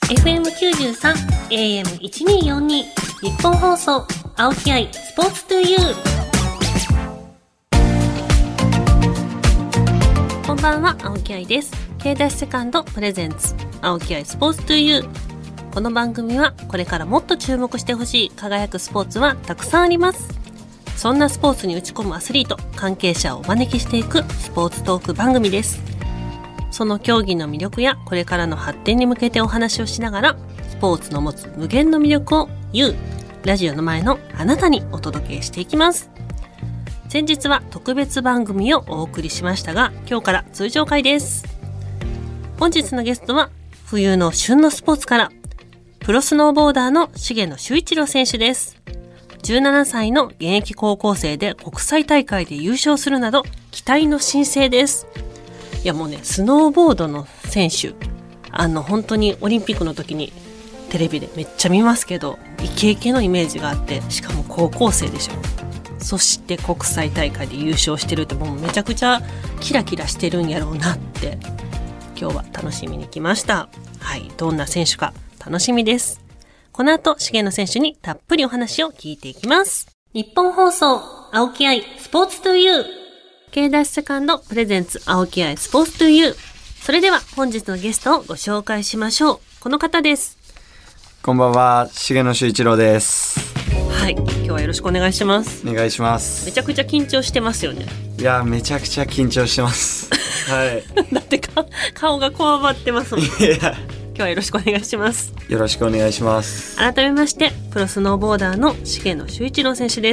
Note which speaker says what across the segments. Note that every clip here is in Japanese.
Speaker 1: FM93 AM1242 日本放送青木愛スポーツトゥユー。こんばんは、青木愛です。Kダッシュセカンドプレゼンツ青木愛スポーツトゥユー。この番組はこれからもっと注目してほしい輝くスポーツはたくさんあります。そんなスポーツに打ち込むアスリート関係者をお招きしていくスポーツトーク番組です。その競技の魅力やこれからの発展に向けてお話をしながら、スポーツの持つ無限の魅力をラジオの前のあなたにお届けしていきます。先日は特別番組をお送りしましたが、今日から通常回です。本日のゲストは冬の旬のスポーツからプロスノーボーダーの重野秀一郎選手です。17歳の現役高校生で国際大会で優勝するなど期待の新星です。いやもうね、スノーボードの選手、本当にオリンピックの時にテレビでめっちゃ見ますけど、イケイケのイメージがあって、しかも高校生でしょ。そして国際大会で優勝してるって、もうめちゃくちゃキラキラしてるんやろうなって今日は楽しみに来ました。はい、どんな選手か楽しみです。この後重野選手にたっぷりお話を聞いていきます。日本放送青木愛スポーツトゥユー、Kダッシュセカンドプレゼンツ青木愛スポーツトゥユー。それでは本日のゲストをご紹介しましょう。この方です。
Speaker 2: こんばんは、重野秀一郎です。
Speaker 1: はい、今日はよろしくお願いします。
Speaker 2: お願いします。
Speaker 1: めちゃくちゃ緊張してますよね。
Speaker 2: いや、めちゃくちゃ緊張してますはい
Speaker 1: だって顔がこわばってますもん。
Speaker 2: いや、
Speaker 1: 今日はよろしくお願いします。
Speaker 2: よろしくお願いします。
Speaker 1: 改めましてプロスノーボーダーの重野秀一郎選手です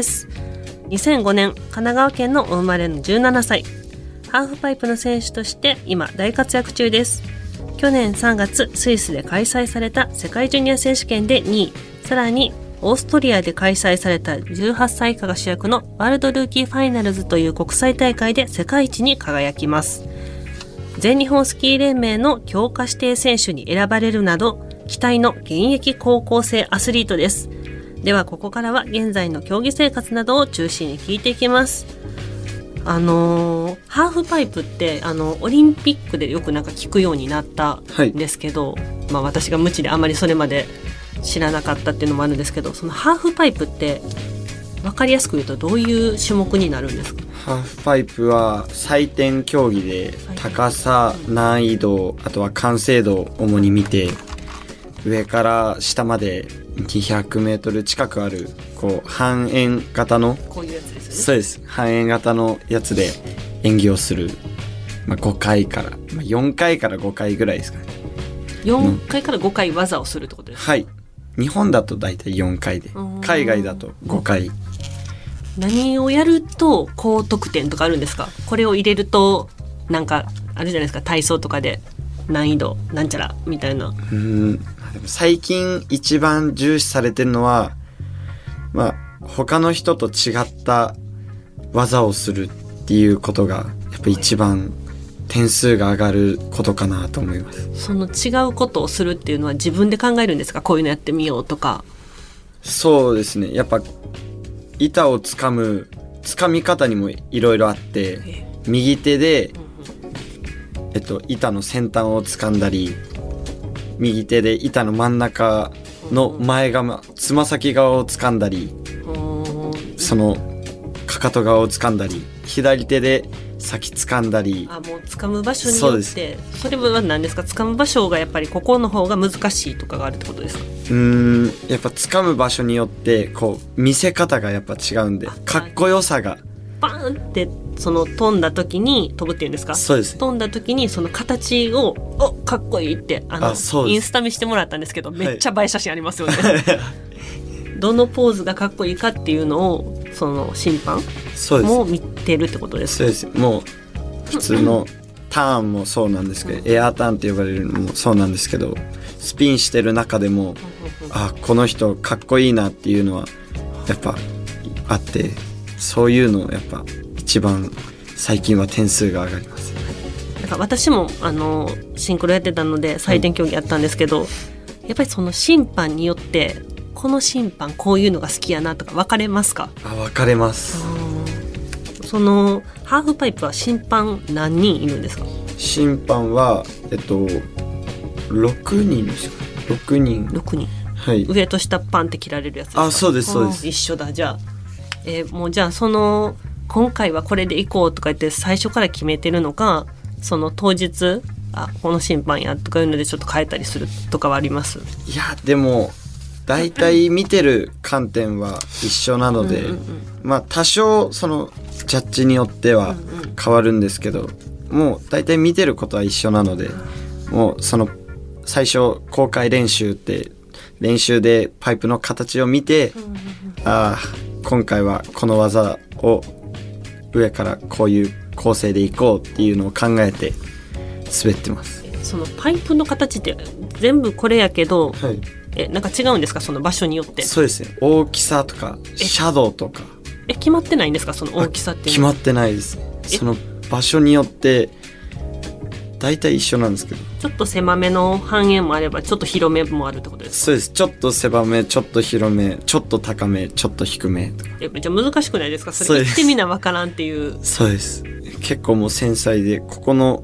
Speaker 1: 。2005年神奈川県のお生まれの17歳、ハーフパイプの選手として今大活躍中です。去年3月スイスで開催された世界ジュニア選手権で2位、さらにオーストリアで開催された18歳以下が主役のワールドルーキーファイナルズという国際大会で世界一に輝きます。全日本スキー連盟の強化指定選手に選ばれるなど期待の現役高校生アスリートです。ではここからは現在の競技生活などを中心に聞いていきます。ハーフパイプってオリンピックでよくなんか聞くようになったんですけど、私が無知であまりそれまで知らなかったっていうのもあるんですけど、そのハーフパイプって分かりやすく言うとどういう種目になるんですか？
Speaker 2: ハーフパイプは採点競技で高さ、難易度、あとは完成度を主に見て、上から下まで200メートル近くある半円型の、
Speaker 1: こういうやつですよね。
Speaker 2: そうです、半円型のやつで演技をする、5回から、4回から5回ぐらいですかね。
Speaker 1: 4回から5回技をするってことですか？
Speaker 2: はい、日本だとだいたい4回で、海外だと5回。
Speaker 1: 何をやると高得点とかあるんですか？これを入れるとなんかあるじゃないですか、体操とかで難易度なんちゃらみたいな。
Speaker 2: でも最近一番重視されてるのは、他の人と違った技をするっていうことがやっぱ一番点数が上がることかなと思います。
Speaker 1: その違うことをするっていうのは自分で考えるんですか？こういうのやってみようとか。
Speaker 2: そうですね、やっぱ板をつかみ方にもいろいろあって、右手で、板の先端を掴んだり、右手で板の真ん中の前側、つま先側を掴んだり、そのかかと側を掴んだり、左手で先掴んだり。もう
Speaker 1: 掴む場所によって、それは何ですか？掴む場所がやっぱりここの方が難しいとかがあるってことですか？
Speaker 2: やっぱ掴む場所によって見せ方がやっぱ違うんで、かっこよさが
Speaker 1: バーンってその飛んだ時に飛ぶっていうんですか？
Speaker 2: そうです、
Speaker 1: 飛んだ時にその形をかっこいいってインスタ見してもらったんですけど、めっちゃ映え写真ありますよね、どのポーズがかっこいいかっていうのをその審判も見てるってことですか？
Speaker 2: そうです。もう普通のターンもそうなんですけど、エアーターンって呼ばれるのもそうなんですけど、スピンしてる中でもこの人かっこいいなっていうのはやっぱあって、そういうのやっぱ一番最近は点数が上がります。
Speaker 1: なんか私もシンクロやってたので採点競技やったんですけど、やっぱりその審判によってこの審判こういうのが好きやなとか分かれますか？
Speaker 2: 分かれます。
Speaker 1: そのハーフパイプは審判何人いるんですか？
Speaker 2: 審判は6人ですか？ 6人。
Speaker 1: 6人、
Speaker 2: はい。
Speaker 1: 上と下パンって切られるやつですか？
Speaker 2: あ、そうですそうです。
Speaker 1: 一緒だ。じゃあ、もうじゃあ今回はこれで行こうとか言って最初から決めてるのか、その当日この審判やとかいうのでちょっと変えたりするとかはあります？
Speaker 2: いやでもだいたい見てる観点は一緒なので、まあ多少そのジャッジによっては変わるんですけど、もうだいたい見てることは一緒なので、もうその最初公開練習って練習でパイプの形を見て、今回はこの技を上からこういう構成でいこうっていうのを考えて滑ってます。
Speaker 1: そのパイプの形って全部これやけど、
Speaker 2: はい、
Speaker 1: なんか違うんですか、その場所によって？
Speaker 2: そうですね、大きさとかシャドウとか
Speaker 1: 決まってないんですか、その大きさっていうの？
Speaker 2: 決まってないですね。その場所によって大体一緒なんですけど、
Speaker 1: ちょっと狭めの半円もあればちょっと広めもあるってことですか？
Speaker 2: そうです。ちょっと狭め、ちょっと広め、ちょっと高め、ちょっと低めとか。
Speaker 1: めっちゃ難しくないですか？それ言ってみなわからんっていう。
Speaker 2: そうです。結構もう繊細で、この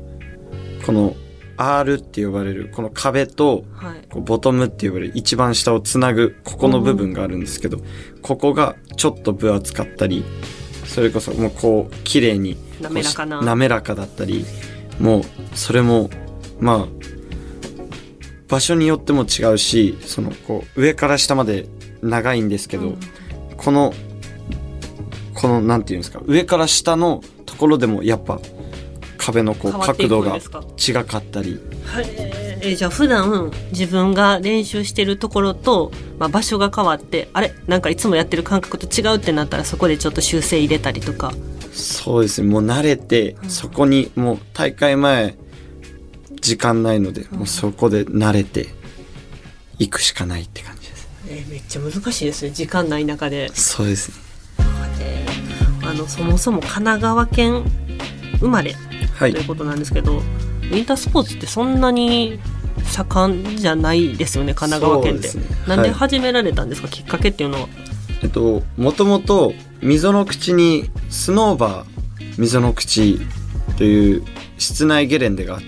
Speaker 2: R って呼ばれるこの壁と、こうボトムって呼ばれる一番下をつなぐここの部分があるんですけど、ここがちょっと分厚かったり、それこそもうこう綺麗に滑らかだったり、もうそれもまあ場所によっても違うし、そのこう上から下まで長いんですけど、このなんていうんですか、上から下のところでもやっぱ壁のこう角度が違かったり。
Speaker 1: じゃあ普段自分が練習してるところと、場所が変わって、なんかいつもやってる感覚と違うってなったら、そこでちょっと修正入れたりとか。
Speaker 2: そうですね、もう慣れて、そこにもう大会前時間ないので、もうそこで慣れていくしかないって感じです。
Speaker 1: めっちゃ難しいですね、時間ない中で。
Speaker 2: そうですね。
Speaker 1: そもそも神奈川県生まれということなんですけど、ウィンタースポーツってそんなに盛んじゃないですよね、神奈川県って。なんで始められたんですか、きっかけっていうのは？
Speaker 2: もともと溝の口にスノーバー溝の口という室内ゲレンデがあって、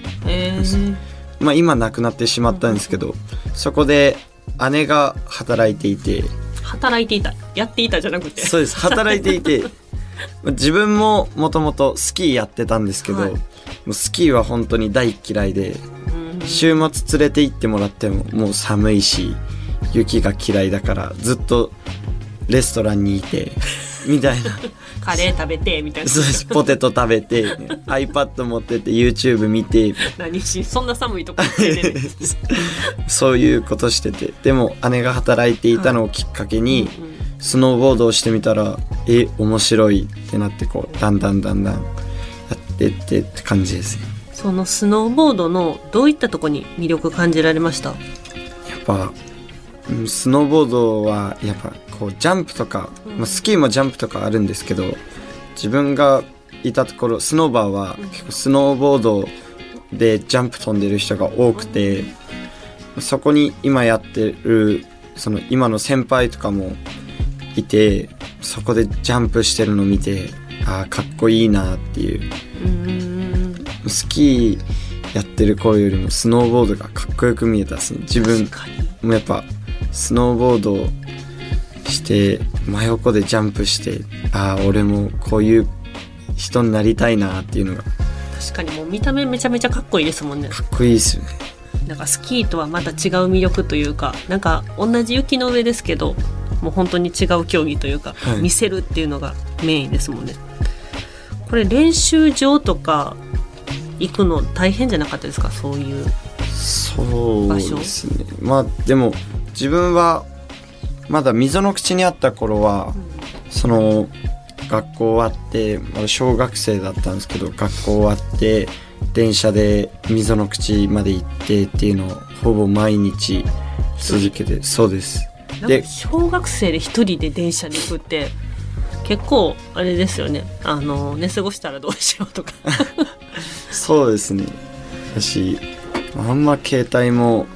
Speaker 2: 今なくなってしまったんですけど、そこで姉が働いていて。やっていたじゃなくて。そうです、働いていて自分ももともとスキーやってたんですけど、もうスキーは本当に大嫌いで、週末連れて行ってもらってももう寒いし雪が嫌いだからずっとレストランにいてみたいな
Speaker 1: カレー食べてみたいな。
Speaker 2: そうです、ポテト食べてiPad 持ってて YouTube 見て
Speaker 1: そんな寒いとこ行ってね
Speaker 2: そういうことしてて、でも姉が働いていたのをきっかけに、スノーボードをしてみたら面白いってなって、こうだんだんやってってって感じですね。
Speaker 1: そのスノーボードのどういったところに魅力感じられました？
Speaker 2: やっぱスノーボードはやっぱこうジャンプとか、スキーもジャンプとかあるんですけど、自分がいたところスノーバーは結構スノーボードでジャンプ飛んでる人が多くて、そこに今やってるその今の先輩とかもいて、そこでジャンプしてるのを見て、かっこいいなっていう。スキーやってる頃よりもスノーボードがかっこよく見えたですね。自分もやっぱスノーボードして真横でジャンプして、俺もこういう人になりたいなっていうのが。
Speaker 1: 確かにもう見た目めちゃめちゃかっこいいですもんね。
Speaker 2: かっこいいですよね。
Speaker 1: なんかスキーとはまた違う魅力というか、なんか同じ雪の上ですけどもう本当に違う競技というか、見せるっていうのがメインですもんね。これ練習場とか行くの大変じゃなかったですか、そういう場所？
Speaker 2: そうですね。でも自分はまだ溝の口にあった頃は、その学校終わって小学生だったんですけど、学校終わって電車で溝の口まで行ってっていうのをほぼ毎日続けて。そうです。
Speaker 1: で小学生で一人で電車に行くって結構あれですよね。寝過ごしたらどうしようとか
Speaker 2: そうですね。私あんま携帯も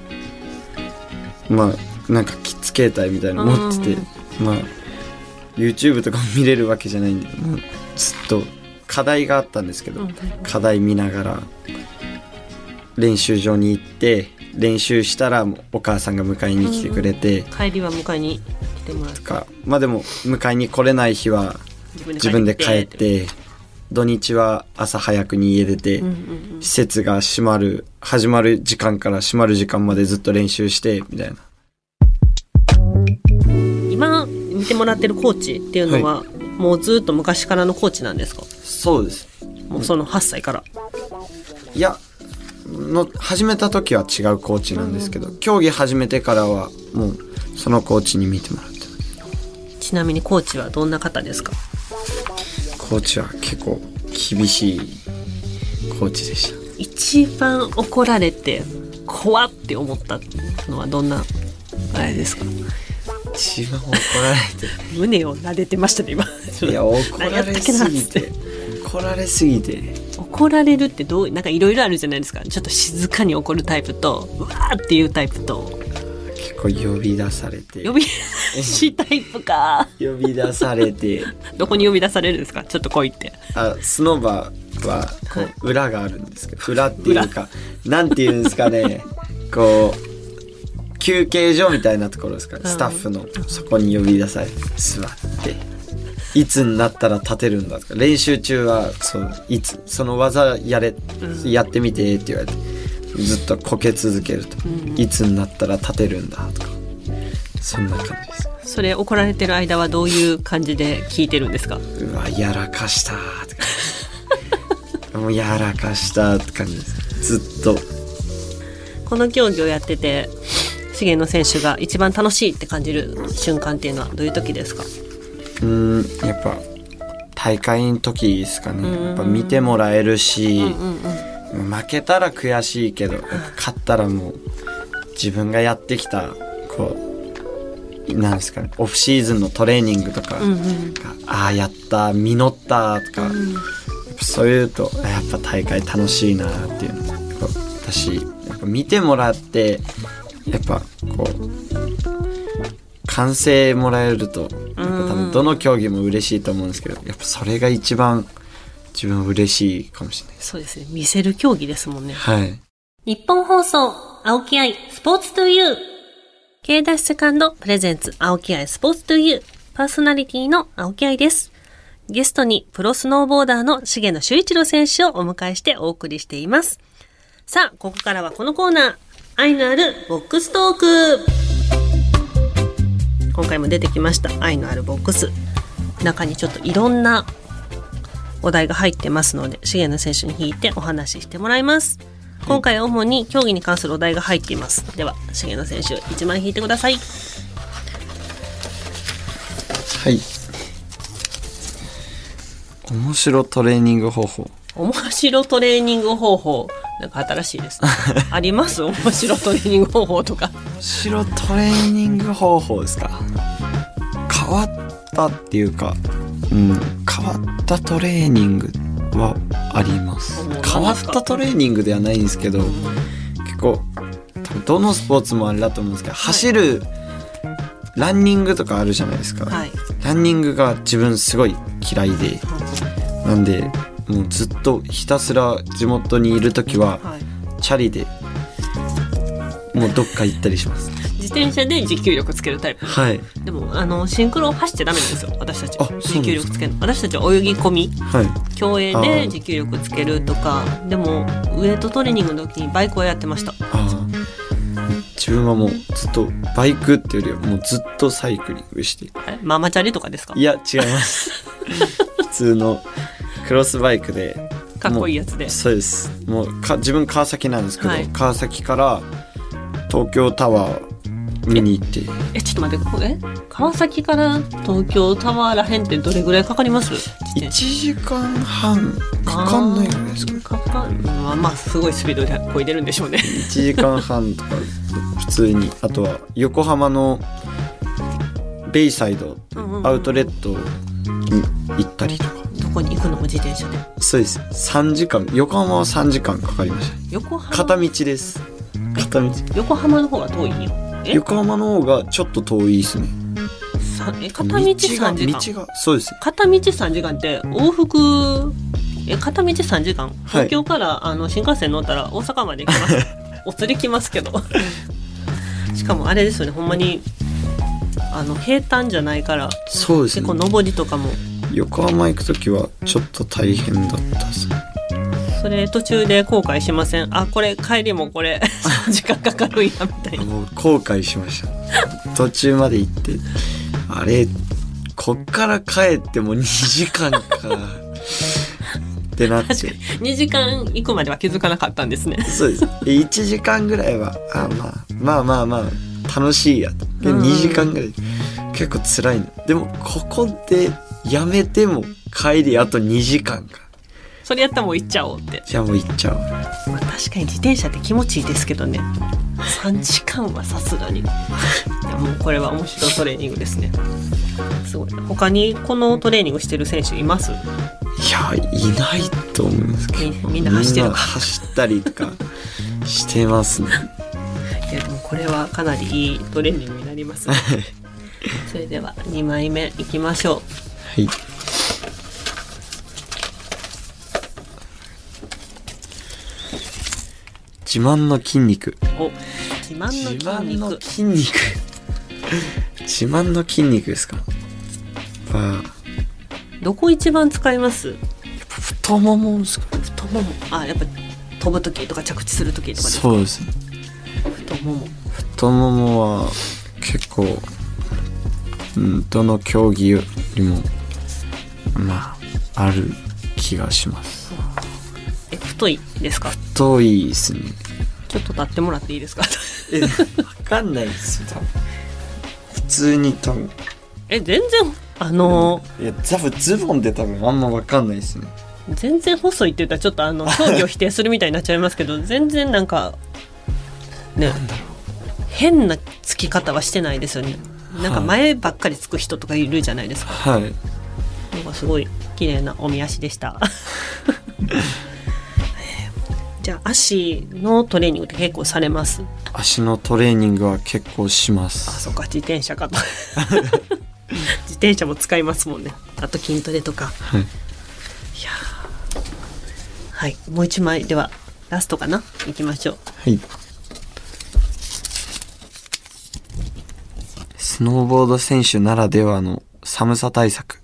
Speaker 2: なんかキッズ携帯みたいなの持ってて、YouTube とかも見れるわけじゃないんで、もうずっと課題があったんですけど、課題見ながら練習場に行って練習したらお母さんが迎えに来てくれて、
Speaker 1: 帰りは迎えに来てもらう
Speaker 2: とか、まあでも迎えに来れない日は自分で帰って、土日は朝早くに家出て、施設が始まる時間から閉まる時間までずっと練習してみたいな。
Speaker 1: 今見てもらってるコーチっていうのは、もうずっと昔からのコーチなんですか？
Speaker 2: そうです。
Speaker 1: もうその8歳から。
Speaker 2: いや始めた時は違うコーチなんですけど、競技始めてからはもうそのコーチに見てもらってます。
Speaker 1: ちなみにコーチはどんな方ですか？
Speaker 2: コーチは結構厳しいコーチでした。
Speaker 1: 一番怒られて怖って思ったのはどんなあれですか？
Speaker 2: 一番怒られて
Speaker 1: 胸を撫でてましたね今。
Speaker 2: いや怒られすぎて
Speaker 1: 怒られるってなんかいろいろあるじゃないですか。ちょっと静かに怒るタイプとうわーっていうタイプと、
Speaker 2: 結構呼び出されて
Speaker 1: 呼び出しタイプか
Speaker 2: 呼び出されて
Speaker 1: どこに呼び出されるんですか？ちょっと来いって。
Speaker 2: スノバはこう裏があるんですけど、裏っていうかなんていうんですかねこう休憩所みたいなところですか、スタッフのそこに呼び出されて座っていつになったら立てるんだとか、練習中はいつその技やってみてって言われてずっとこけ続けると、いつになったら立てるんだとか、そんな感じです。
Speaker 1: それ怒られてる間はどういう感じで聞いてるんですか？
Speaker 2: うわやらかしたとかもうやらかしたって感じです。ずっと
Speaker 1: この競技をやってて重野選手が一番楽しいって感じる瞬間っていうのはどういう時ですか？
Speaker 2: やっぱ大会の時ですかね。やっぱ見てもらえるし、負けたら悔しいけど勝ったらもう自分がやってきたこうなんですかね、オフシーズンのトレーニングとか、ああやった実ったとか、やっぱそういうとやっぱ大会楽しいなっていうの私やっぱ見てもらってやっぱこう歓声もらえるとやっぱ多分どの競技も嬉しいと思うんですけど、やっぱそれが一番自分嬉しいかもしれないです。
Speaker 1: そうですね、見せる競技ですもんね。
Speaker 2: はい。
Speaker 1: 日本放送青木愛スポーツトゥーユー K ダッシュセカンドプレゼンツ青木愛スポーツトゥーユーパーソナリティの青木愛です。ゲストにプロスノーボーダーの重野修一郎選手をお迎えしてお送りしています。さあここからはこのコーナー、愛のあるボックストーク。今回も出てきました愛のあるボックス、中にちょっといろんなお題が入ってますので重野選手に引いてお話ししてもらいます。今回は主に競技に関するお題が入っています。では重野選手1枚引いてください。
Speaker 2: はい。面白トレーニング方法。
Speaker 1: 面白トレーニング方法、なんか新しいですねあります面白トレーニング方法とか。
Speaker 2: 面白トレーニング方法ですか。変わったっていうか、変わったトレーニングはあります。変わったトレーニングではないんですけど、結構多分どのスポーツもあれだと思うんですけど、走るランニングとかあるじゃないですか、ランニングが自分すごい嫌いで、なんでもうずっとひたすら地元にいるときはチャリでもうどっか行ったりします。
Speaker 1: 自転車で持久力つけるタイプ。
Speaker 2: はい。
Speaker 1: でもシンクロ走っちゃダメなんですよ私たち。持久力つけるの私たちは泳ぎ込み、競泳で持久力つけるとか。でもウエイトトレーニングの時にバイクはやってました。
Speaker 2: 自分はもうずっとバイクっていうよりはもうずっとサイクリングして。
Speaker 1: ママチャリとかですか？
Speaker 2: いや違います普通のクロスバイクで
Speaker 1: かっこいいやつで。
Speaker 2: そうです。もう自分川崎なんですけど、川崎から東京タワー見に行って。
Speaker 1: ちょっと待って、川崎から東京タワーらへんってどれぐらいかかります
Speaker 2: ？1時間半かかんないぐらいですか。
Speaker 1: まあすごいスピードで漕いでるんでしょうね
Speaker 2: 1時間半とか普通に。あとは横浜のベイサイドアウトレットに行ったりとか。
Speaker 1: どこに行くのも自転車で？
Speaker 2: そうです。3時間、横浜は3時間かかりました。
Speaker 1: 横浜
Speaker 2: 片道です。片道。
Speaker 1: 横浜の方が遠いんよ。
Speaker 2: 横浜の方がちょっと遠いですね。
Speaker 1: 片道3時間。
Speaker 2: 道がそうです。
Speaker 1: 片道3時間って往復片道3時間、東京から新幹線乗ったら大阪まで行きますお釣り来ますけどしかもあれですよね、ほんまに平坦じゃないから、
Speaker 2: そうですね、
Speaker 1: 結構上りとかも。
Speaker 2: 横浜行くときはちょっと大変だったですね。
Speaker 1: それ途中で後悔しません？これ帰りもこれ時間かかるんやみたいな。
Speaker 2: もう後悔しました途中まで行ってあれこっから帰っても2時間かってなって
Speaker 1: 2時間行くまでは気づかなかったんですね。
Speaker 2: そうです。1時間ぐらいはまあ楽しいやと。2時間ぐらい結構辛いの。でもここでやめても帰りあと2時間か。
Speaker 1: それやったらもう行っちゃおうって。
Speaker 2: じゃあもう行っちゃおう。
Speaker 1: 確かに自転車って気持ちいいですけどね。3時間はさすがに。いやもうこれは面白いトレーニングですね。すごい。他にこのトレーニングしてる選手います？
Speaker 2: いやいないと思いますけど。
Speaker 1: みんな走ってるか。
Speaker 2: 走ったりとかしてますね。
Speaker 1: いやでもこれはかなりいいトレーニングになりますね。それでは2枚目いきましょう。
Speaker 2: はい。自慢の筋肉。
Speaker 1: 自慢の筋肉。
Speaker 2: 自慢の筋肉ですか。
Speaker 1: どこ一番使います？
Speaker 2: 太ももですか。
Speaker 1: 太もも。やっぱ飛ぶ時とか着地する時とかですか。
Speaker 2: そうですね。太ももは結構どの競技よりもある気がします。
Speaker 1: 太いですか？
Speaker 2: 太いですね。
Speaker 1: ちょっと立ってもらっていいですか？
Speaker 2: 分かんないですよ多分。普通に多分
Speaker 1: 全然
Speaker 2: いや多分ズボンで多分あんま分かんないですね。
Speaker 1: 全然細いって言ったらちょっと競技を否定するみたいになっちゃいますけど全然なんかね、変なつき方はしてないですよね。なんか前ばっかりつく人とかいるじゃないですか。
Speaker 2: はい。
Speaker 1: なんかすごい綺麗なおみ足でしたじゃあ足のトレーニングって結構されます？
Speaker 2: 足のトレーニングは結構します。
Speaker 1: そうか、自転車かと自転車も使いますもんね。あと筋トレとか。
Speaker 2: はい。
Speaker 1: いやはい、もう一枚ではラストかな、いきましょう。
Speaker 2: はい。スノーボード選手ならではの寒さ対策。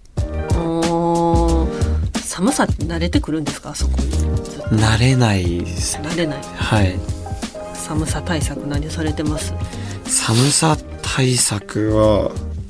Speaker 1: 寒さって慣れてくるんですか？あそこ
Speaker 2: 慣れないですね。
Speaker 1: 慣れない。
Speaker 2: はい。
Speaker 1: 寒さ対策何されてます？
Speaker 2: 寒さ対策は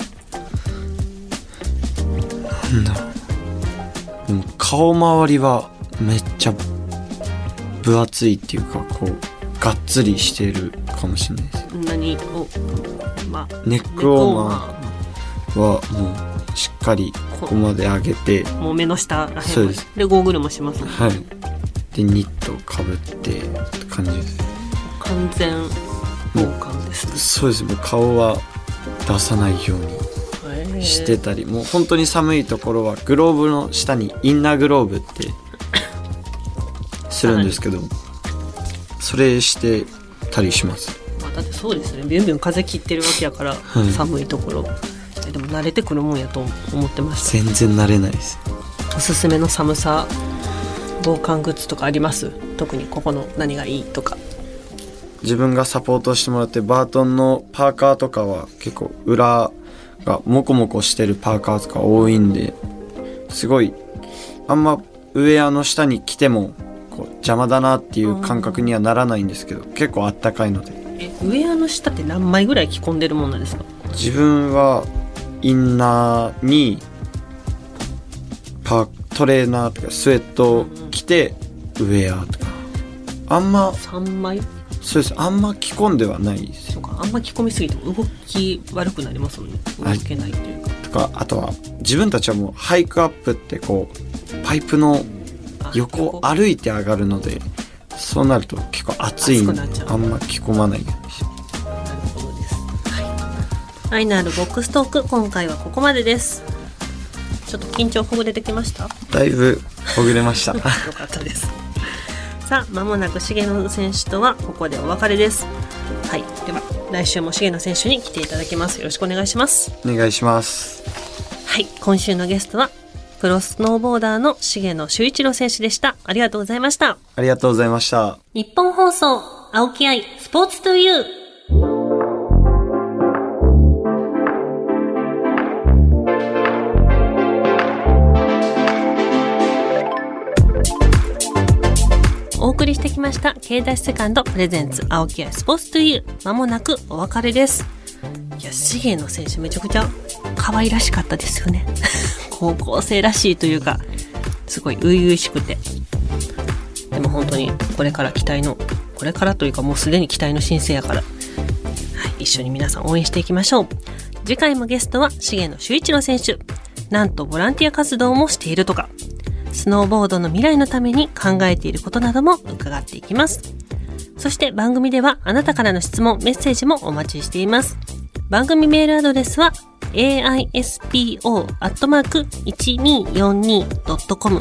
Speaker 2: なんだろう。でも顔周りはめっちゃ分厚いっていうかこうがっつりしてるかもしれないです。
Speaker 1: 何を
Speaker 2: ネックウォーマーはもうしっかりここまで上げて、
Speaker 1: もう目の下らへん
Speaker 2: そうです。
Speaker 1: でゴーグルもしますね。
Speaker 2: はい。でニットをかぶってって感じです。
Speaker 1: 完全防寒ですね。
Speaker 2: そうです。もう顔は出さないようにしてたり、もう本当に寒いところはグローブの下にインナーグローブってするんですけど、それしてたりします。
Speaker 1: だってそうですね、ビュンビュン風切ってるわけやから、はい、寒いところでも慣れてくるもんやと思ってました。
Speaker 2: 全然慣れないです。
Speaker 1: おすすめの寒さ防寒グッズとかあります？特にここの何がいいとか。
Speaker 2: 自分がサポートしてもらってバートンのパーカーとかは結構裏がモコモコしてるパーカーとか多いんで、すごいあんまウェアの下に着てもこう邪魔だなっていう感覚にはならないんですけど、結構あったかいので。
Speaker 1: ウェアの下って何枚ぐらい着込んでるもんなんですか？
Speaker 2: 自分はインナーにトレーナーとかスウェットを着てウェアとか、あんま
Speaker 1: 3枚。
Speaker 2: そうです。あんま着込んではないです。
Speaker 1: そうか、あんま着込みすぎても動き悪くなりますもんね。動けないというか。
Speaker 2: とか、あとは自分たちはもうハイクアップってこうパイプの横を歩いて上がるので、そうなると結構暑いんであんま着込まないようにして。
Speaker 1: なるほどです。はい。愛のあるボックストーク、今回はここまでです。ちょっと緊張ほぐれてきました？
Speaker 2: だいぶほぐれました。
Speaker 1: よかったです。さあ、間もなく重野選手とはここでお別れです。はい。では来週も重野選手に来ていただきます。よろしくお願いします。
Speaker 2: お願いします。
Speaker 1: はい。今週のゲストはププロスノーボーダーの重野修一郎選手でした。ありがとうございました。
Speaker 2: ありがとうございました。
Speaker 1: 日本放送、青木愛、スポーツトゥユー。お送りしてきました K ダッシュセカンドプレゼンツ青木愛スポーツトゥユー。まもなくお別れです。いや、重野選手めちゃくちゃ可愛らしかったですよね。高校生らしいというか、すごい初々しくて。でも本当にこれからというかもうすでに期待の新星やから、はい、一緒に皆さん応援していきましょう。次回もゲストは重野修一郎選手。なんとボランティア活動もしているとか。スノーボードの未来のために考えていることなども伺っていきます。そして番組ではあなたからの質問、メッセージもお待ちしています。番組メールアドレスは aispo@1242.com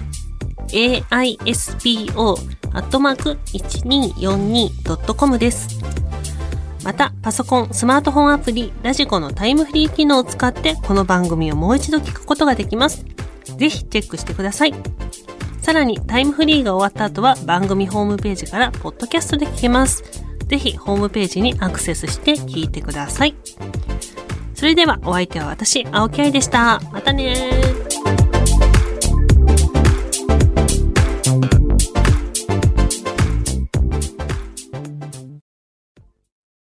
Speaker 1: aispo@1242.com です。また、パソコン、スマートフォンアプリ、ラジコのタイムフリー機能を使ってこの番組をもう一度聞くことができます。ぜひチェックしてください。さらにタイムフリーが終わった後は番組ホームページからポッドキャストで聞けます。ぜひホームページにアクセスして聞いてください。それではお相手は私、青木愛でした。またねー。